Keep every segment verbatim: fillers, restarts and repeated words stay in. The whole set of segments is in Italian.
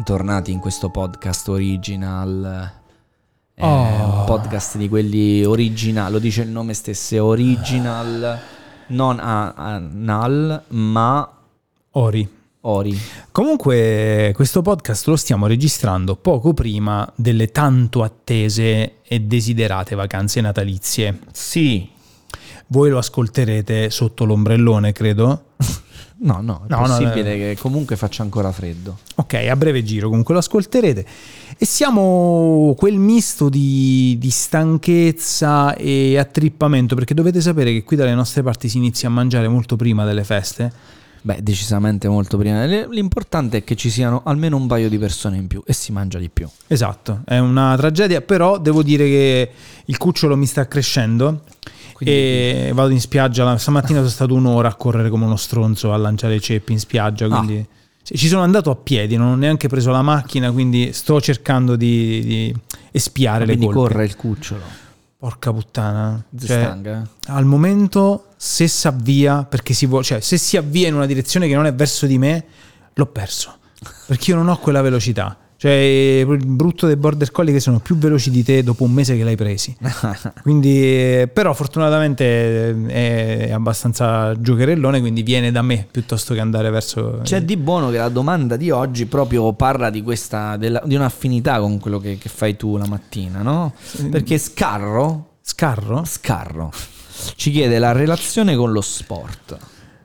bentornati in questo podcast original. È Oh. un podcast di quelli originali, lo dice il nome stesso, è original, non a- anal, ma Ori. ori. Comunque questo podcast lo stiamo registrando poco prima delle tanto attese e desiderate vacanze natalizie. Sì. Voi lo ascolterete sotto l'ombrellone, credo. No, no, è No, no, possibile eh. che comunque faccia ancora freddo. Ok, a breve giro comunque lo ascolterete. E siamo quel misto di, di stanchezza e attrippamento, perché dovete sapere che qui dalle nostre parti si inizia a mangiare molto prima delle feste. Beh, decisamente molto prima. L'importante è che ci siano almeno un paio di persone in più e si mangia di più. Esatto, è una tragedia, però devo dire che il cucciolo mi sta crescendo. Quindi... E vado in spiaggia. Stamattina sono stato un'ora a correre come uno stronzo a lanciare ceppi in spiaggia, quindi Ah. sì, ci sono andato a piedi, non ho neanche preso la macchina, quindi sto cercando di, di espiare le Quindi colpe. corre il cucciolo. Porca puttana, Si cioè, stanca, eh? al momento se si avvia perché si vuole, cioè se si avvia in una direzione che non è verso di me, l'ho perso, perché io non ho quella velocità. Cioè il brutto dei border collie che sono più veloci di te dopo un mese che l'hai presi. Quindi, però fortunatamente è abbastanza giocherellone, quindi viene da me piuttosto che andare verso... C'è di buono che la domanda di oggi proprio parla di questa della, di un'affinità con quello che, che fai tu la mattina, no? Perché Scarro Scarro? Scarro ci chiede la relazione con lo sport.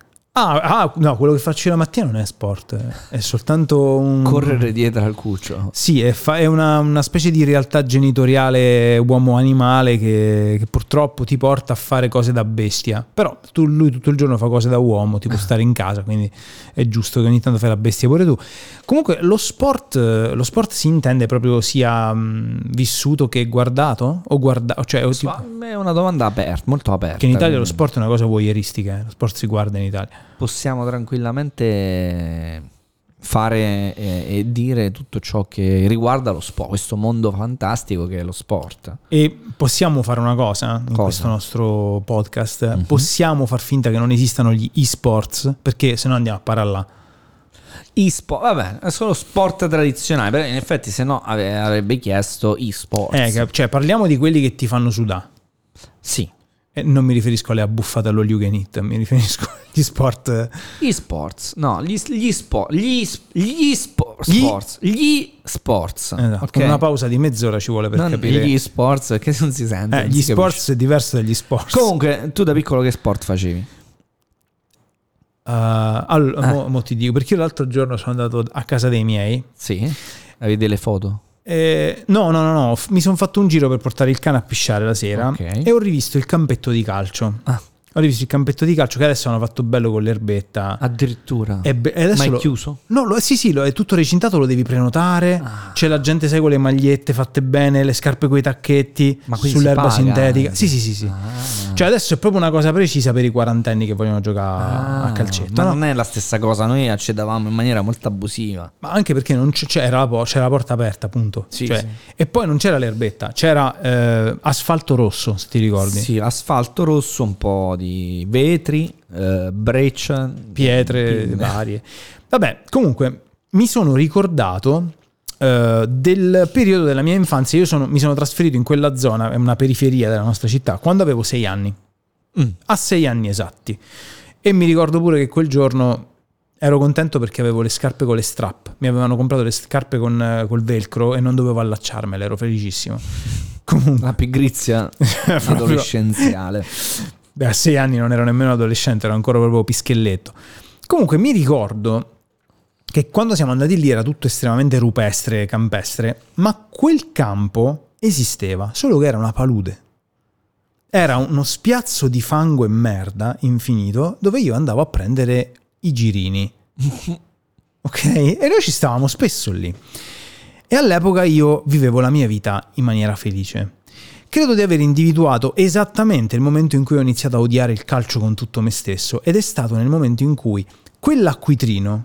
Ah, ah, no, quello che faccio io la mattina non è sport, è soltanto un... Correre dietro al cucciolo. Sì, è, fa- è una, una specie di realtà genitoriale uomo-animale che, che purtroppo ti porta a fare cose da bestia. Però tu, lui tutto il giorno fa cose da uomo, tipo stare in casa, quindi è giusto che ogni tanto fai la bestia pure tu. Comunque lo sport, lo sport si intende proprio sia mh, vissuto che guardato? O guardato? Cioè, o tipo, È una domanda aperta, molto aperta. che in Italia lo quindi sport è una cosa voyeuristica, eh? Lo sport si guarda in Italia. possiamo tranquillamente fare e, e dire tutto ciò che riguarda lo sport, questo mondo fantastico che è lo sport. E possiamo fare una cosa in Cosa? questo nostro podcast, Mhm. possiamo far finta che non esistano gli e-sports, perché se no andiamo a parare là. E-sport, vabbè, è solo sport tradizionale, però in effetti se no ave- avrebbe chiesto e-sport. Eh, cap- cioè parliamo di quelli che ti fanno sudare. Sì, E non mi riferisco alle abbuffate allo you can eat, mi riferisco agli sport. e-sports, no, gli, gli sport, gli, gli sport, Gli- sports, gli sports, Esatto, ok? con una pausa di mezz'ora ci vuole per Non capire. gli sports, che non si sente. Eh, non gli si sports capisce. è diverso dagli sports. Comunque, tu da piccolo che sport facevi? Uh, allora, Eh. mo, mo ti dico, perché io l'altro giorno sono andato a casa dei miei. Sì? Avevi delle foto? Eh, no, no, no, no, f- mi sono fatto un giro per portare il cane a pisciare la sera Ok. e ho rivisto il campetto di calcio. Ah. Ho rivisto il campetto di calcio che adesso hanno fatto bello con l'erbetta. Addirittura? E be- e adesso Ma è lo- chiuso? No, lo- sì, sì, lo- è tutto recintato, lo devi prenotare. Ah. C'è la gente, sai, con le magliette fatte bene, le scarpe coi tacchetti, Ma quindi sull'erba si paga sintetica. anche? Sì, sì, sì, sì. Ah. Cioè adesso è proprio una cosa precisa per i quarantenni che vogliono giocare Ah, a calcetto. ma no? non è la stessa cosa, noi accedavamo in maniera molto abusiva. Ma anche perché non c- c'era, la po- c'era la porta aperta, appunto. Sì, Cioè, sì. E poi non c'era l'erbetta, c'era eh, asfalto rosso, se ti ricordi. Sì, asfalto rosso, un po' di vetri, eh, breccia, Pietre pi- varie. Vabbè, comunque mi sono ricordato eh, del periodo della mia infanzia. Io sono, mi sono trasferito in quella zona, è una periferia della nostra città, quando avevo sei anni. Mm. A sei anni esatti. E mi ricordo pure che quel giorno ero contento perché avevo le scarpe con le strap. Mi avevano comprato le scarpe con eh, col velcro e non dovevo allacciarmele, ero felicissimo. Comunque, La pigrizia proprio- adolescenziale. Beh, a sei anni non ero nemmeno adolescente, ero ancora proprio pischelletto. Comunque mi ricordo che quando siamo andati lì era tutto estremamente rupestre, campestre, ma quel campo esisteva, solo che era una palude. Era uno spiazzo di fango e merda infinito dove io andavo a prendere i girini. Ok? E noi ci stavamo spesso lì. E all'epoca io vivevo la mia vita in maniera felice. Credo di aver individuato esattamente il momento in cui ho iniziato a odiare il calcio con tutto me stesso, ed è stato nel momento in cui quell'acquitrino,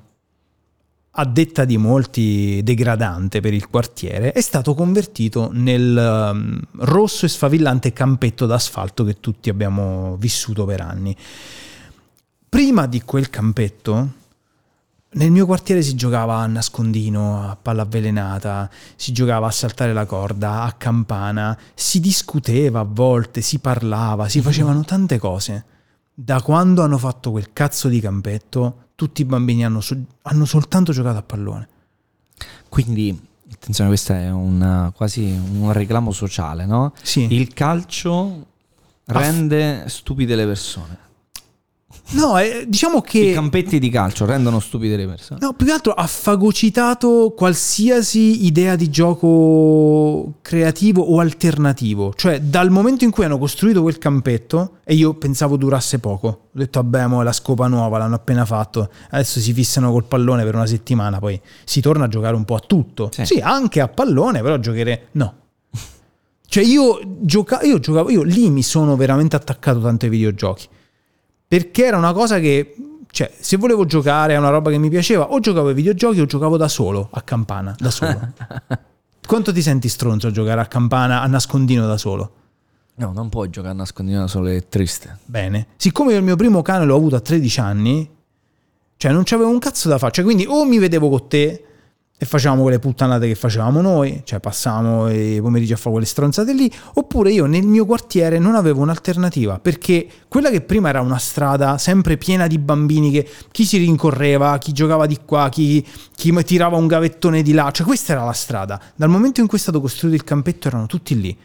a detta di molti degradante per il quartiere, è stato convertito nel um, rosso e sfavillante campetto d'asfalto che tutti abbiamo vissuto per anni. Prima di quel campetto nel mio quartiere si giocava a nascondino, a palla avvelenata, si giocava a saltare la corda, a campana, si discuteva a volte, si parlava, si facevano tante cose. Da quando hanno fatto quel cazzo di campetto, tutti i bambini hanno, so- hanno soltanto giocato a pallone. Quindi, attenzione, questo è una, quasi un reclamo sociale, no? Sì. Il calcio rende Aff- stupide le persone. No, eh, diciamo che i campetti di calcio rendono stupide le persone. No, più che altro ha fagocitato qualsiasi idea di gioco creativo o alternativo. Cioè, dal momento in cui hanno costruito quel campetto, e io pensavo durasse poco, ho detto vabbè, mo è la scopa nuova, l'hanno appena fatto, adesso si fissano col pallone per una settimana, poi si torna a giocare un po' a tutto. Sì, sì, anche a pallone, però giocare no. Cioè io, gioca- io giocavo, io lì mi sono veramente attaccato tanto ai videogiochi. Perché era una cosa che, cioè, se volevo giocare a una roba che mi piaceva, o giocavo ai videogiochi o giocavo da solo, a campana, da solo. Quanto ti senti stronzo a giocare a campana, a nascondino da solo? No, non puoi giocare a nascondino da solo, è triste. Bene. Siccome io il mio primo cane l'ho avuto a tredici anni, cioè non c'avevo un cazzo da fare, cioè quindi o mi vedevo con te e facevamo quelle puttanate che facevamo noi, cioè passavamo i pomeriggi a fare quelle stronzate lì, oppure io nel mio quartiere non avevo un'alternativa, perché quella che prima era una strada sempre piena di bambini, che chi si rincorreva, chi giocava di qua, chi, chi tirava un gavettone di là, cioè questa era la strada. Dal momento in cui è stato costruito il campetto erano tutti lì.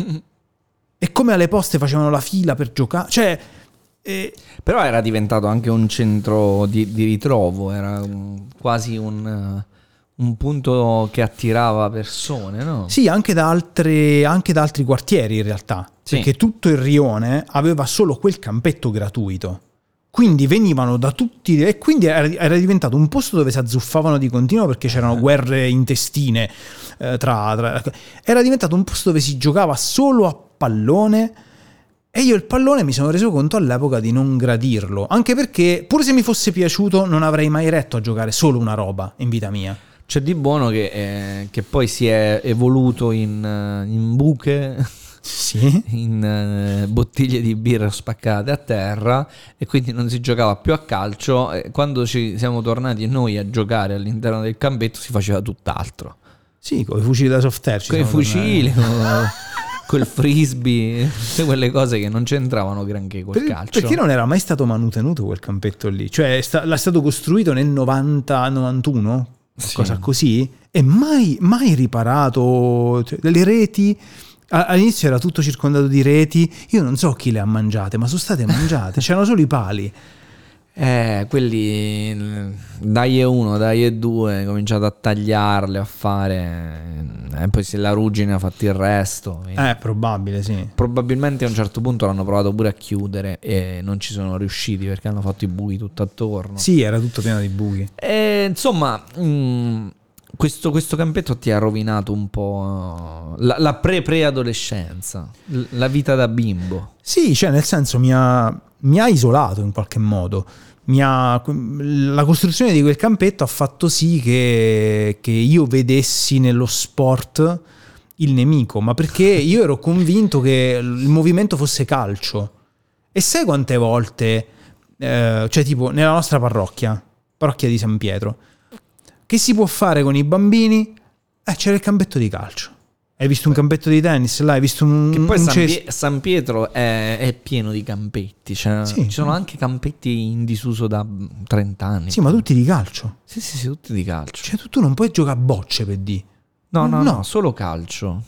E come alle poste facevano la fila per giocare, cioè... Eh... Però era diventato anche un centro di, di ritrovo, era un, quasi un... un punto che attirava persone, no? Sì, anche da, altre, anche da altri quartieri in realtà, sì. Perché tutto il rione aveva solo quel campetto gratuito, quindi venivano da tutti, e quindi era, era diventato un posto dove si azzuffavano di continuo perché c'erano guerre intestine, eh, tra, tra, era diventato un posto dove si giocava solo a pallone. E io il pallone mi sono reso conto all'epoca di non gradirlo, anche perché pur se mi fosse piaciuto non avrei mai retto a giocare solo una roba in vita mia. C'è di buono che, eh, che poi si è evoluto in, in buche, sì. in eh, bottiglie di birra spaccate a terra, e quindi non si giocava più a calcio. E quando ci siamo tornati noi a giocare all'interno del campetto si faceva tutt'altro. Sì, con i fucili da soft air. Con i fucili, col frisbee, tutte quelle cose che non c'entravano granché col per, calcio. Perché non era mai stato manutenuto quel campetto lì? Cioè è sta, l'ha stato costruito nel novanta novantuno? Cosa sì. Così, e mai, mai riparato, cioè, le reti all'inizio era tutto circondato di reti, io non so chi le ha mangiate, ma sono state mangiate, c'erano solo i pali, eh quelli dai e uno, dai e due, cominciato a tagliarle, a fare, e poi se la ruggine ha fatto il resto, eh probabile, sì, probabilmente a un certo punto l'hanno provato pure a chiudere e non ci sono riusciti perché hanno fatto i buchi tutto attorno. Sì, era tutto pieno di buchi, e insomma mh, questo, questo campetto ti ha rovinato un po' la, la pre-preadolescenza, la vita da bimbo. Sì, cioè nel senso mi ha, mi ha isolato in qualche modo. Mi ha, la costruzione di quel campetto ha fatto sì che, che io vedessi nello sport il nemico, ma perché io ero convinto che il movimento fosse calcio. E sai quante volte, eh, cioè tipo nella nostra parrocchia, parrocchia di San Pietro, che si può fare con i bambini? Eh, c'era il campetto di calcio. Hai visto un campetto di tennis là? Hai visto un... Che poi un San, ces- Pie- San Pietro è, è pieno di campetti, cioè, sì. Ci sono anche campetti in disuso da trenta anni. Sì, ma tutti di calcio. Sì, sì, sì, tutti di calcio. Cioè tu, tu non puoi giocare a bocce per di. No, no, no, no, solo calcio.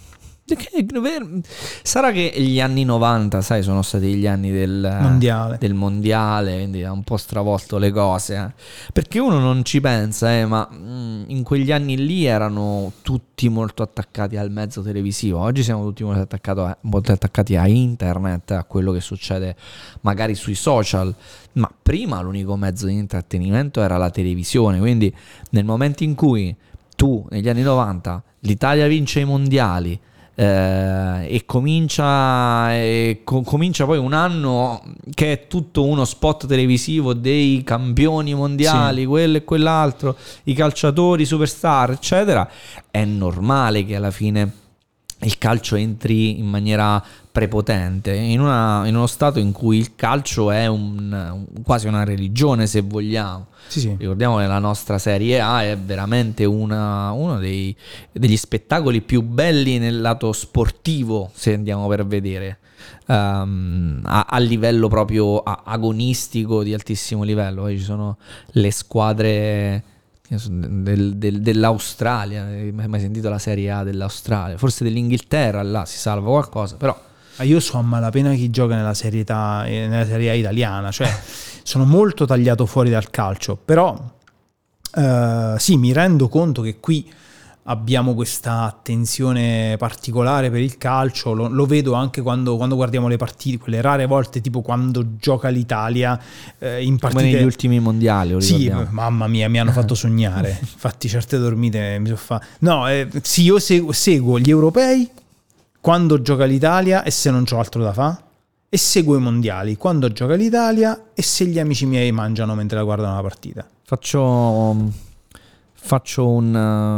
Sarà che gli anni novanta, sai, sono stati gli anni del mondiale, del mondiale, quindi ha un po' stravolto le cose, eh. Perché uno non ci pensa, eh, ma mh, in quegli anni lì erano tutti molto attaccati al mezzo televisivo. Oggi siamo tutti molto attaccati a, molto attaccati a internet, a quello che succede magari sui social, ma prima l'unico mezzo di intrattenimento era la televisione. Quindi nel momento in cui tu, negli anni novanta, l'Italia vince i mondiali, Eh, e comincia e co- comincia poi un anno che è tutto uno spot televisivo dei campioni mondiali, sì, quello e quell'altro, i calciatori superstar eccetera, è normale che alla fine il calcio entri in maniera prepotente in, una, in uno stato in cui il calcio è un, quasi una religione, se vogliamo. Sì, sì. Ricordiamo che la nostra Serie A è veramente una, uno dei, degli spettacoli più belli nel lato sportivo, se andiamo per vedere, um, a, a livello proprio a, agonistico di altissimo livello. Poi ci sono le squadre Del, del, dell'Australia, hai mai sentito la Serie A dell'Australia? Forse dell'Inghilterra, là si salva qualcosa, però ah, io so a malapena chi gioca nella Serie A, nella Serie A italiana, cioè sono molto tagliato fuori dal calcio, però uh, sì, mi rendo conto che qui abbiamo questa attenzione particolare per il calcio, lo, lo vedo anche quando, quando guardiamo le partite, quelle rare volte tipo quando gioca l'Italia eh, in partite... Come negli ultimi mondiali, lo sì, mamma mia, mi hanno fatto sognare, infatti certe dormite mi sono fa... No, eh, sì, io seguo, seguo gli europei quando gioca l'Italia e se non c'ho altro da fa, e seguo i mondiali quando gioca l'Italia e se gli amici miei mangiano mentre la guardano la partita. Faccio... Faccio un,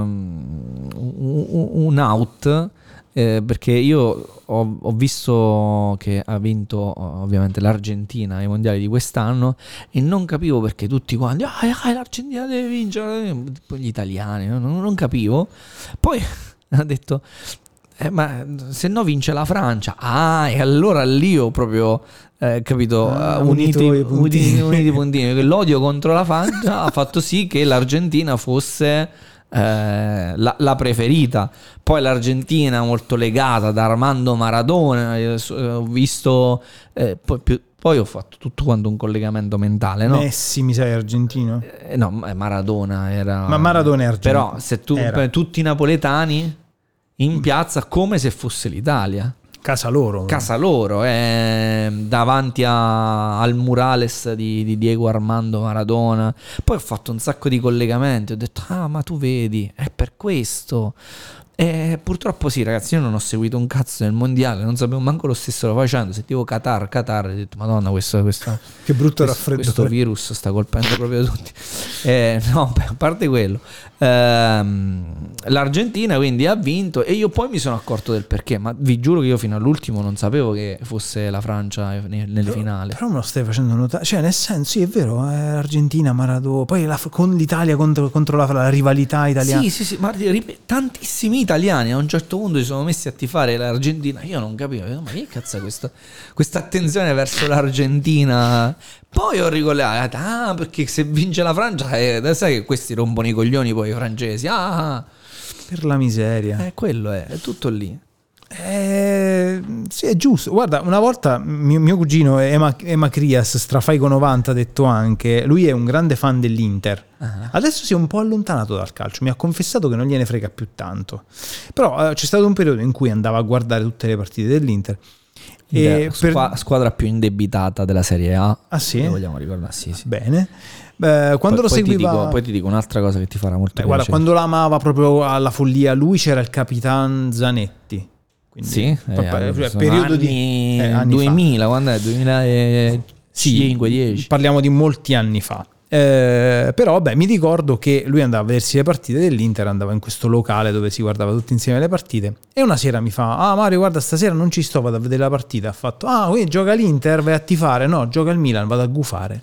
un, un out eh, perché io ho, ho visto che ha vinto ovviamente l'Argentina ai mondiali di quest'anno e non capivo perché tutti quanti ah, ah, l'Argentina deve vincere, gli italiani, non, non capivo. Poi ha detto eh, ma se no vince la Francia. Ah, e allora lì io proprio eh, capito, ah, uh, uniti, unito i puntini. uniti, uniti i puntini. L'odio contro la Francia ha fatto sì che l'Argentina fosse eh, la, la preferita. Poi l'Argentina molto legata ad Armando Maradona, eh, ho visto eh, poi, più, poi ho fatto tutto quanto un collegamento mentale, no? Messi mi sai argentino? Eh, no, Maradona era... Ma Maradona è argentino. Però se tu era. tutti i napoletani in piazza come se fosse l'Italia. Casa loro. Casa loro, eh, davanti a, al murales di, di Diego Armando Maradona. Poi ho fatto un sacco di collegamenti, ho detto, ah ma tu vedi, è per questo. E purtroppo sì ragazzi, io non ho seguito un cazzo nel mondiale, non sapevo manco lo stesso lo facendo. Sentivo Qatar, Qatar, ho detto madonna questo, questo, che brutto questo, raffreddore, questo virus sta colpendo proprio tutti. Eh, no, a parte quello, ehm, l'Argentina quindi ha vinto e io poi mi sono accorto del perché, ma vi giuro che io fino all'ultimo non sapevo che fosse la Francia nelle però, finali. Però me lo stai facendo notare, cioè nel senso sì è vero, eh, Argentina, Maradona, poi la, con l'Italia contro, contro la, la rivalità italiana. Sì sì sì, ma tantissimi italiani a un certo punto si sono messi a tifare l'Argentina. Io non capivo, ma che cazzo è questa, questa attenzione verso l'Argentina? Poi ho ricollegato, ah perché se vince la Francia eh, sai che questi rompono i coglioni poi i francesi, ah per la miseria, eh, quello è, è tutto lì. Eh, sì, è giusto. Guarda, una volta mio, mio cugino Ema, Ema Crias, Strafaico novanta, ha detto anche, lui è un grande fan dell'Inter. Uh-huh. Adesso si è un po' allontanato dal calcio, mi ha confessato che non gliene frega più tanto. Però eh, c'è stato un periodo in cui andava a guardare tutte le partite dell'Inter. E squa- per... squadra più indebitata della Serie A. Ah sì? Lo vogliamo ricordare? Sì, sì. Bene. Beh, quando poi, lo poi seguiva... Ti dico, poi ti dico un'altra cosa che ti farà molto Beh, piacere. Guarda, quando l'amava proprio alla follia lui c'era il Capitan Zanetti. Quindi, sì, eh, eh, periodo anni, di eh, anni duemila, fa. Quando è? duemilacinque dieci Sì, parliamo di molti anni fa. Eh, però beh, mi ricordo che lui andava a vedersi le partite dell'Inter, andava in questo locale dove si guardava tutti insieme le partite e una sera mi fa, ah Mario guarda stasera non ci sto, vado a vedere la partita. Ha fatto, ah quindi gioca l'Inter, vai a tifare? No, gioca il Milan, vado a gufare.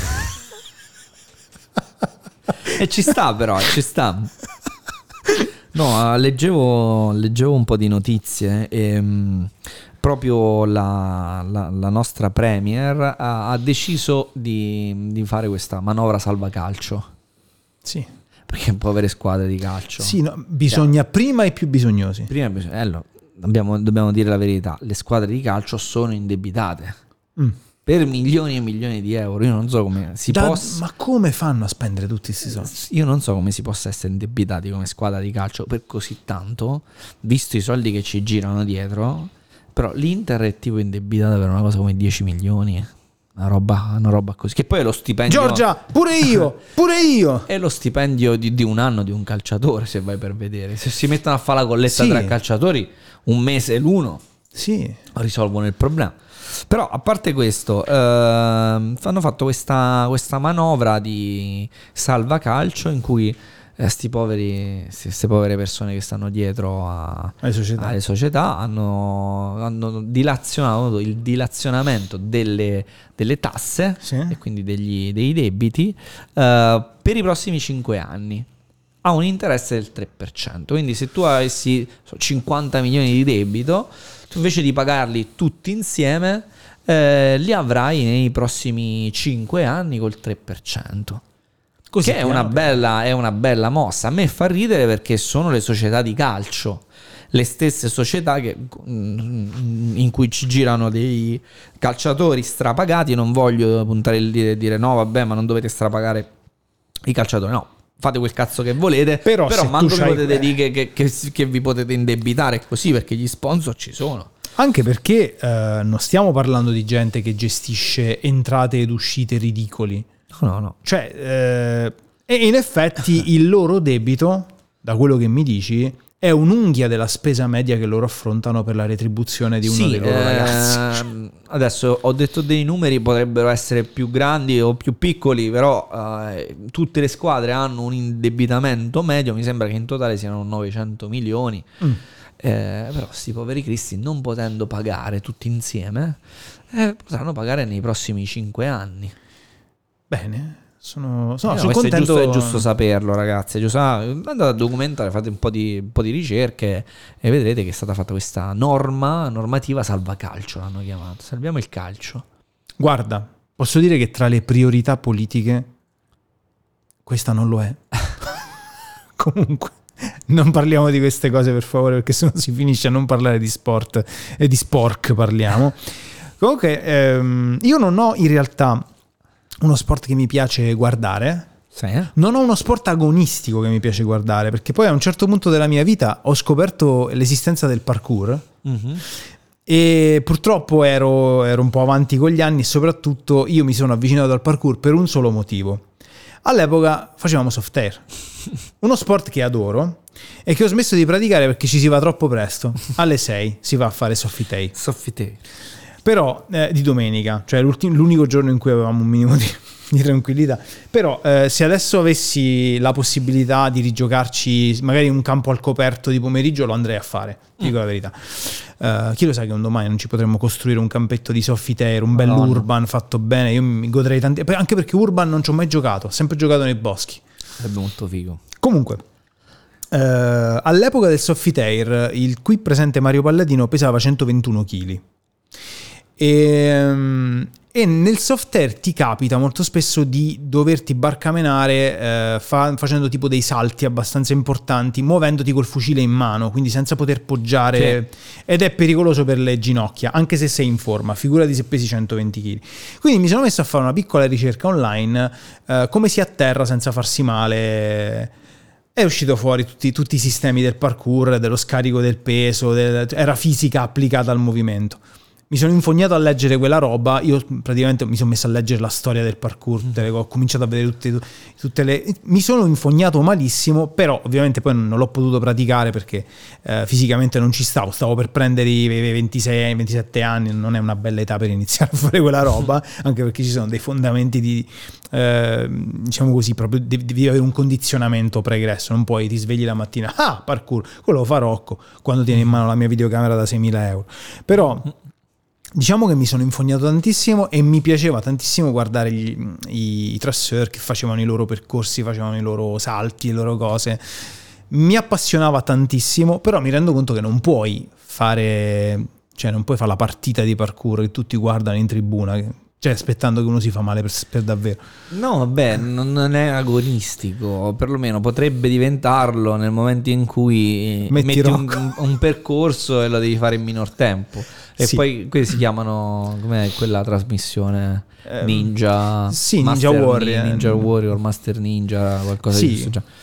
E ci sta però, ci sta. No, leggevo, leggevo un po' di notizie e mh, proprio la, la, la nostra Premier ha, ha deciso di, di fare questa manovra salvacalcio. Sì. Perché povere squadre di calcio. Sì, no, bisogna yeah. prima i più bisognosi. Prima bisogna, eh, allora, dobbiamo, dobbiamo dire la verità, le squadre di calcio sono indebitate. Mm. Per milioni e milioni di euro. Io non so come si da, possa. Ma come fanno a spendere tutti questi soldi? Io non so come si possa essere indebitati come squadra di calcio per così tanto, visto i soldi che ci girano dietro. Però l'Inter è tipo indebitata per una cosa come dieci milioni. Una roba, una roba così. Che poi è lo stipendio. Giorgia, pure io, pure io. È lo stipendio di, di un anno di un calciatore, se vai per vedere. Se si mettono a fare la colletta sì. tra calciatori, un mese l'uno, sì. risolvono il problema. Però a parte questo eh, hanno fatto questa, questa manovra di salvacalcio in cui questi poveri, queste povere persone che stanno dietro a, alle società, alle società hanno, hanno dilazionato il dilazionamento delle, delle tasse, sì, e quindi degli, dei debiti uh, per i prossimi cinque anni a un interesse del tre per cento. Quindi se tu avessi cinquanta milioni di debito, tu invece di pagarli tutti insieme eh, li avrai nei prossimi cinque anni col tre per cento. Così che è una, bella, è una bella mossa. A me fa ridere perché sono le società di calcio, le stesse società che, in cui ci girano dei calciatori strapagati. Non voglio puntare il dito e dire no vabbè, ma non dovete strapagare i calciatori, no, fate quel cazzo che volete, però, però manco vi potete que- dire che, che, che, che vi potete indebitare così, perché gli sponsor ci sono. Anche perché eh, non stiamo parlando di gente che gestisce entrate ed uscite ridicoli. No, no. Cioè, eh, e in effetti il loro debito, da quello che mi dici, è un'unghia della spesa media che loro affrontano per la retribuzione di uno sì, dei loro eh, ragazzi. Adesso ho detto dei numeri, potrebbero essere più grandi o più piccoli, però eh, tutte le squadre hanno un indebitamento medio, mi sembra che in totale siano novecento milioni. Mm. Eh, però sti poveri cristi, non potendo pagare tutti insieme, eh, potranno pagare nei prossimi cinque anni. Bene, sono, sono, eh, sono no, contento. È giusto, è giusto saperlo, ragazzi. È giusto, andate a documentare, fate un po' di, un po' di ricerche e vedrete che è stata fatta questa norma, normativa salva calcio, l'hanno chiamato. Salviamo il calcio. Guarda, posso dire che tra le priorità politiche questa non lo è. Comunque, non parliamo di queste cose per favore, perché sennò si finisce a non parlare di sport e di spork parliamo. Comunque, ehm, io non ho in realtà uno sport che mi piace guardare. Sì, eh? Non ho uno sport agonistico che mi piace guardare, perché poi a un certo punto della mia vita ho scoperto l'esistenza del parkour. Mm-hmm. E purtroppo ero, ero un po' avanti con gli anni e soprattutto io mi sono avvicinato al parkour per un solo motivo. All'epoca facevamo soft air, uno sport che adoro e che ho smesso di praticare perché ci si va troppo presto. Alle sei si va a fare soffitei. Soffitei. Però eh, di domenica, cioè l'unico giorno in cui avevamo un minimo di, di tranquillità. Però eh, se adesso avessi la possibilità di rigiocarci magari un campo al coperto di pomeriggio, lo andrei a fare, ti dico mm. la verità. Uh, chi lo sa che un domani non ci potremmo costruire un campetto di soffitare, un bel urban fatto bene. Io mi godrei tanti, anche perché urban non ci ho mai giocato, ho sempre giocato nei boschi. Sarebbe molto figo. Comunque uh, all'epoca del soffitare il qui presente Mario Palladino pesava centoventuno chili. E, e nel soft air ti capita molto spesso di doverti barcamenare eh, fa, facendo tipo dei salti abbastanza importanti, muovendoti col fucile in mano, quindi senza poter poggiare, sì. Ed è pericoloso per le ginocchia, anche se sei in forma, figurati se pesi centoventi chili. Quindi mi sono messo a fare una piccola ricerca online, eh, come si atterra senza farsi male. È uscito fuori tutti, tutti i sistemi del parkour, dello scarico del peso, del, era fisica applicata al movimento. Mi sono infognato a leggere quella roba, io praticamente mi sono messo a leggere la storia del parkour, tutte le, ho cominciato a vedere tutte, tutte le... Mi sono infognato malissimo, però ovviamente poi non l'ho potuto praticare perché eh, fisicamente non ci stavo, stavo per prendere i ventisei ventisette anni, non è una bella età per iniziare a fare quella roba, anche perché ci sono dei fondamenti di, eh, diciamo così, proprio devi, devi avere un condizionamento pregresso, non puoi ti svegli la mattina, ah parkour, quello lo fa Rocco, quando tieni in mano la mia videocamera da seimila euro. Però... diciamo che mi sono infognato tantissimo e mi piaceva tantissimo guardare gli, i, i trasseur che facevano i loro percorsi, facevano i loro salti, le loro cose. Mi appassionava tantissimo, però mi rendo conto che non puoi fare, cioè non puoi fare la partita di parkour che tutti guardano in tribuna, cioè aspettando che uno si fa male per, per davvero. No, vabbè, non è agonistico, perlomeno potrebbe diventarlo nel momento in cui metti, metti un, un percorso e lo devi fare in minor tempo. E sì. Poi quelli si chiamano, com'è quella trasmissione? Ninja, sì, Master Ninja Warrior, Ninja Warrior, Master Ninja, qualcosa sì. di questo genere.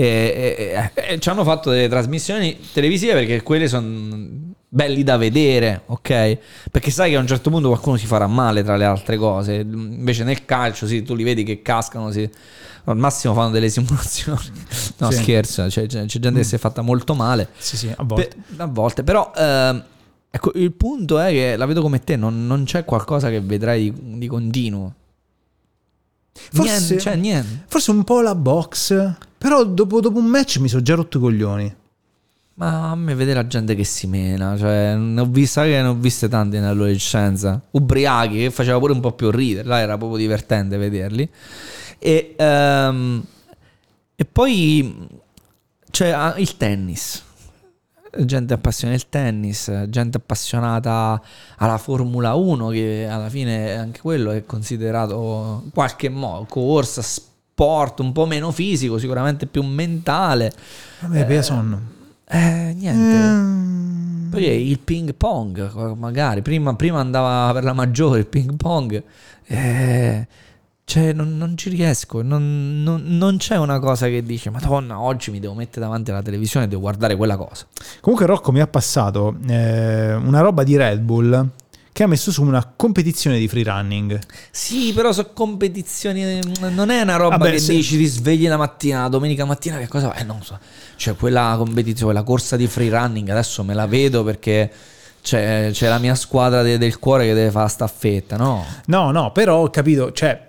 E, e, e ci hanno fatto delle trasmissioni televisive perché quelle sono belli da vedere, ok? Perché sai che a un certo punto qualcuno si farà male tra le altre cose. Invece nel calcio, sì, tu li vedi che cascano, sì. Al massimo fanno delle simulazioni. No, sì. Scherzo, c'è, c'è, c'è gente mm. che si è fatta molto male. Sì, sì, a volte. Pe- a volte, però... Eh, ecco, il punto è che la vedo come te, non, non c'è qualcosa che vedrai di, di continuo. Forse, niente, cioè niente. Forse un po' la box. Però dopo, dopo un match mi sono già rotto i coglioni. Ma a me vede la gente che si mena, cioè ne ho vista che ne ho viste tante nell'adolescenza, ubriachi, che faceva pure un po' più ridere, là era proprio divertente vederli. E, um, e poi c'è il tennis, gente appassionata del tennis, gente appassionata alla Formula uno, che alla fine anche quello è considerato in qualche modo corsa, sport un po' meno fisico, sicuramente più mentale. A me piace sonno. Eh, niente. Mm. Poi il ping pong, magari prima, prima andava per la maggiore il ping pong. Eh, cioè, non, non ci riesco. Non, non, non c'è una cosa che dice: Madonna, oggi mi devo mettere davanti alla televisione e devo guardare quella cosa. Comunque, Rocco mi ha passato eh, una roba di Red Bull che ha messo su una competizione di free running. Sì, però sono competizioni, non è una roba Vabbè, che se... dici ti svegli la mattina, la domenica mattina, che cosa? Eh, non so. Cioè, quella competizione, quella corsa di free running, adesso me la vedo perché c'è, c'è la mia squadra de, del cuore che deve fare la staffetta, no? No, no, però ho capito, cioè...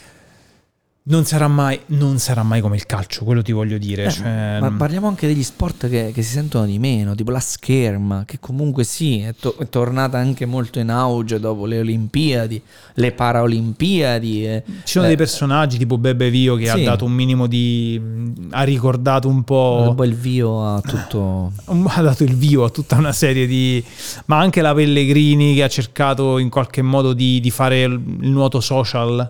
Non sarà mai, non sarà mai come il calcio, quello ti voglio dire. Eh, cioè... Ma parliamo anche degli sport che, che si sentono di meno, tipo la scherma, che comunque sì, è, to- è tornata anche molto in auge dopo le Olimpiadi, le Paraolimpiadi. Eh. Ci sono eh, dei personaggi tipo Bebe Vio che sì. ha dato un minimo di... ha ricordato un po'... Un po' il vio a tutto... ha dato il vio a tutta una serie di... Ma anche la Pellegrini che ha cercato in qualche modo di, di fare il nuoto social...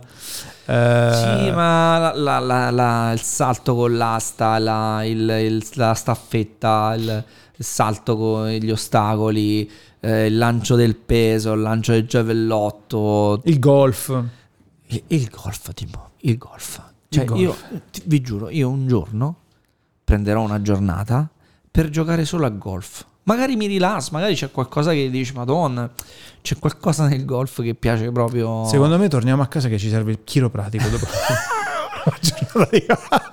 Sì, ma la, la, la, la, il salto con l'asta, la, il, il, la staffetta, il, il salto con gli ostacoli, eh, il lancio del peso, il lancio del giavellotto, il golf. Il, il golf, tipo, il golf. Cioè, il golf. Io ti, vi giuro, io un giorno prenderò una giornata per giocare solo a golf. Magari mi rilasso, magari c'è qualcosa che dici, Madonna, c'è qualcosa nel golf che piace proprio. Secondo me torniamo a casa che ci serve il chiropratico dopo la giornata di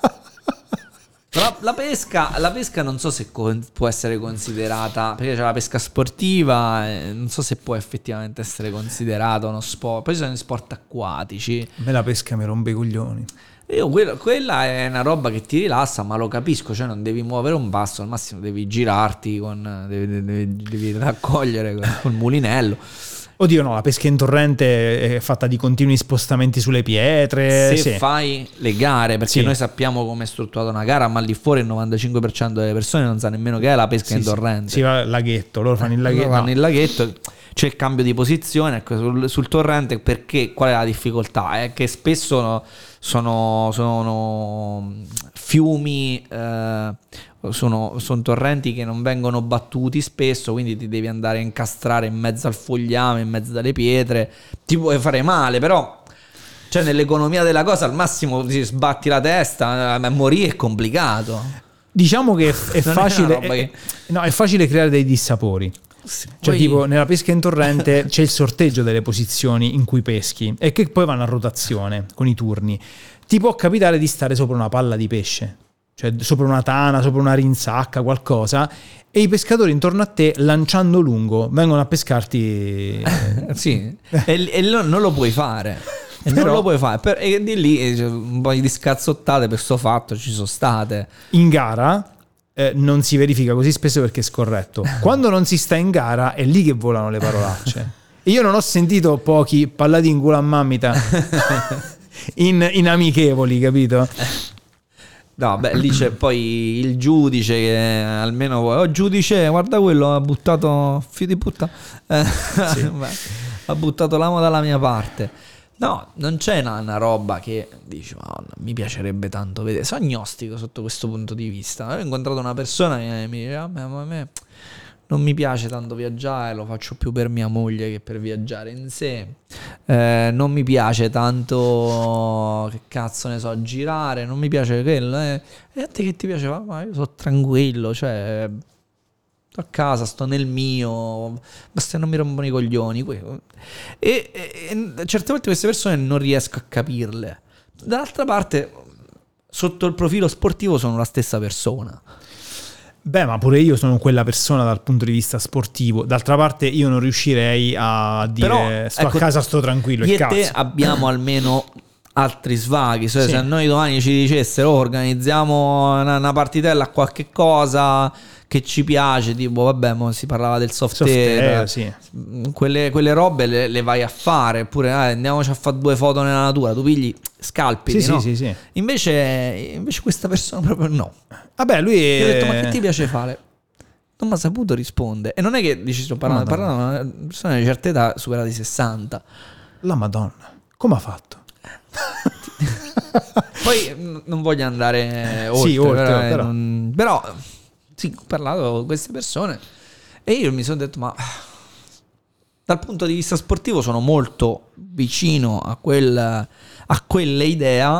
la, la pesca, la pesca non so se co- può essere considerata, perché c'è la pesca sportiva, eh, non so se può effettivamente essere considerata uno sport. Poi ci sono gli sport acquatici. A me la pesca mi rompe i coglioni. Io, quella, quella è una roba che ti rilassa, ma lo capisco, cioè non devi muovere un passo, al massimo devi girarti con, devi, devi, devi raccogliere con, col mulinello. Oddio no, la pesca in torrente è fatta di continui spostamenti sulle pietre. Se sì. fai le gare, perché sì. noi sappiamo come è strutturata una gara, ma al di fuori il novantacinque per cento delle persone non sa nemmeno che è la pesca sì, in torrente. Sì, va il laghetto, loro fanno il laghetto. Loro fanno no. il laghetto, c'è il cambio di posizione ecco, sul, sul torrente, perché qual è la difficoltà? È che spesso no, sono, sono fiumi, eh, sono, sono torrenti che non vengono battuti spesso, quindi ti devi andare a incastrare in mezzo al fogliame, in mezzo alle pietre, ti puoi fare male, però cioè nell'economia della cosa al massimo ti sbatti la testa, ma morire è complicato. Diciamo che è, è facile è, che... no, è facile creare dei dissapori. Sì, cioè poi... tipo nella pesca in torrente c'è il sorteggio delle posizioni in cui peschi e che poi vanno a rotazione con i turni. Ti può capitare di stare sopra una palla di pesce, cioè sopra una tana, sopra una rinsacca, qualcosa, e i pescatori intorno a te, lanciando lungo, vengono a pescarti. Sì, e, e non lo puoi fare. E Però, non lo puoi fare. Per, e di lì un po' di scazzottate per sto fatto ci sono state. In gara eh, non si verifica così spesso perché è scorretto. Quando non si sta in gara è lì che volano le parolacce. E io non ho sentito pochi pallati in culo a mammita in, in amichevoli, capito? No, beh, lì c'è poi il giudice che almeno oh giudice, guarda quello, ha buttato figlio di puttana. Eh, sì. Ha buttato l'amo dalla mia parte. No, non c'è una, una roba che dici, Madonna, mi piacerebbe tanto vedere. Sono agnostico sotto questo punto di vista. Ho incontrato una persona che mi dice, a me, a me non mi piace tanto viaggiare, lo faccio più per mia moglie che per viaggiare in sé. Eh, non mi piace tanto, che cazzo ne so, girare, non mi piace quello. Eh. E a te che ti piace? Ma io sono tranquillo, cioè... a casa, sto nel mio, basta che non mi rompono i coglioni. E, e, e certe volte queste persone non riesco a capirle. Dall'altra parte, sotto il profilo sportivo sono la stessa persona. Beh, ma pure io sono quella persona dal punto di vista sportivo. D'altra parte io non riuscirei a dire Però, sto ecco, a casa, sto tranquillo. Io e e te abbiamo almeno altri svaghi. Cioè, Sì. se a noi domani ci dicessero oh, organizziamo una, una partitella a qualche cosa che ci piace, tipo vabbè, mo si parlava del software, Software, sì. quelle, quelle robe le, le vai a fare, oppure eh, andiamoci a fare due foto nella natura, tu pigli, scalpiti, Sì, no? sì, sì, sì. Invece, invece questa persona proprio no. Vabbè, lui Io ho detto, ma è... che ti piace fare? Non mi ha saputo rispondere. E non è che dici sto parlando, Madonna. parlando di una persona di una certa età, superata i sessanta. La Madonna. Come ha fatto? Poi n- non voglio andare oltre, Sì, oltre, però, eh, però. non- però sì, ho parlato con queste persone e io mi sono detto, ma dal punto di vista sportivo sono molto vicino a, quel, a quelle idee,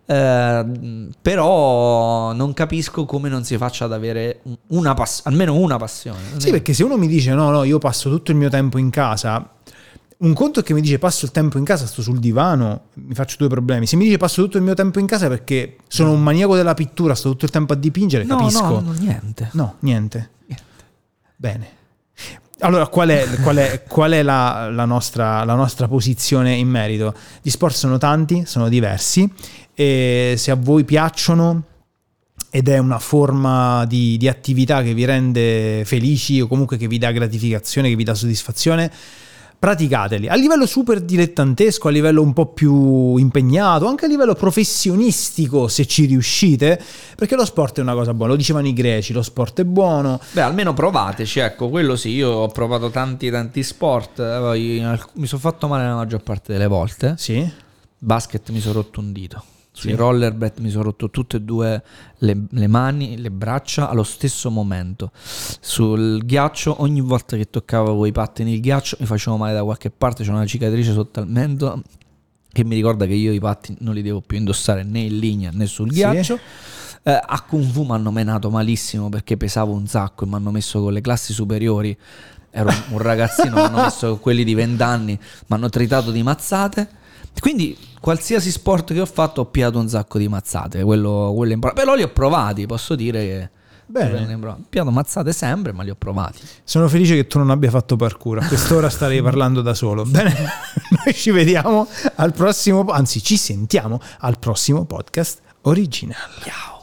eh, però non capisco come non si faccia ad avere una pass- almeno una passione. Non Sì, è- perché se uno mi dice no, no, io passo tutto il mio tempo in casa, un conto è che mi dice passo il tempo in casa, sto sul divano, mi faccio due problemi. Se mi dice passo tutto il mio tempo in casa perché sono un maniaco della pittura, sto tutto il tempo a dipingere, no, capisco. no, no, niente. No, niente. Niente. Bene. Allora, qual è, qual è, qual è la, la, nostra, la nostra posizione in merito? Gli sport sono tanti, sono diversi, e se a voi piacciono ed è una forma di, di attività che vi rende felici o comunque che vi dà gratificazione, che vi dà soddisfazione, praticateli a livello super dilettantesco, a livello un po' più impegnato, anche a livello professionistico se ci riuscite, perché lo sport è una cosa buona, lo dicevano i greci, lo sport è buono. Beh, almeno provateci, ecco, quello sì, io ho provato tanti tanti sport, eh, poi alc- mi sono fatto male la maggior parte delle volte. Sì, Basket mi sono rotto un dito. Sui Sì. rollerblade mi sono rotto tutte e due le, le mani, le braccia allo stesso momento. Sul ghiaccio, ogni volta che toccavo quei pattini il ghiaccio mi facevo male da qualche parte, c'è una cicatrice sotto al mento che mi ricorda che io i pattini non li devo più indossare né in linea né sul Sì. ghiaccio. Eh, a Kung Fu mi hanno menato malissimo perché pesavo un sacco e mi hanno messo con le classi superiori. Ero un ragazzino, mi hanno messo con quelli di vent'anni, mi hanno tritato di mazzate. Quindi qualsiasi sport che ho fatto ho piato un sacco di mazzate, quello, quello impar- però li ho provati, posso dire che bene. ho piato mazzate sempre, ma li ho provati. Sono felice che tu non abbia fatto parkour, a quest'ora starei parlando da solo. Bene, noi ci vediamo al prossimo, anzi ci sentiamo al prossimo podcast originale. Ciao.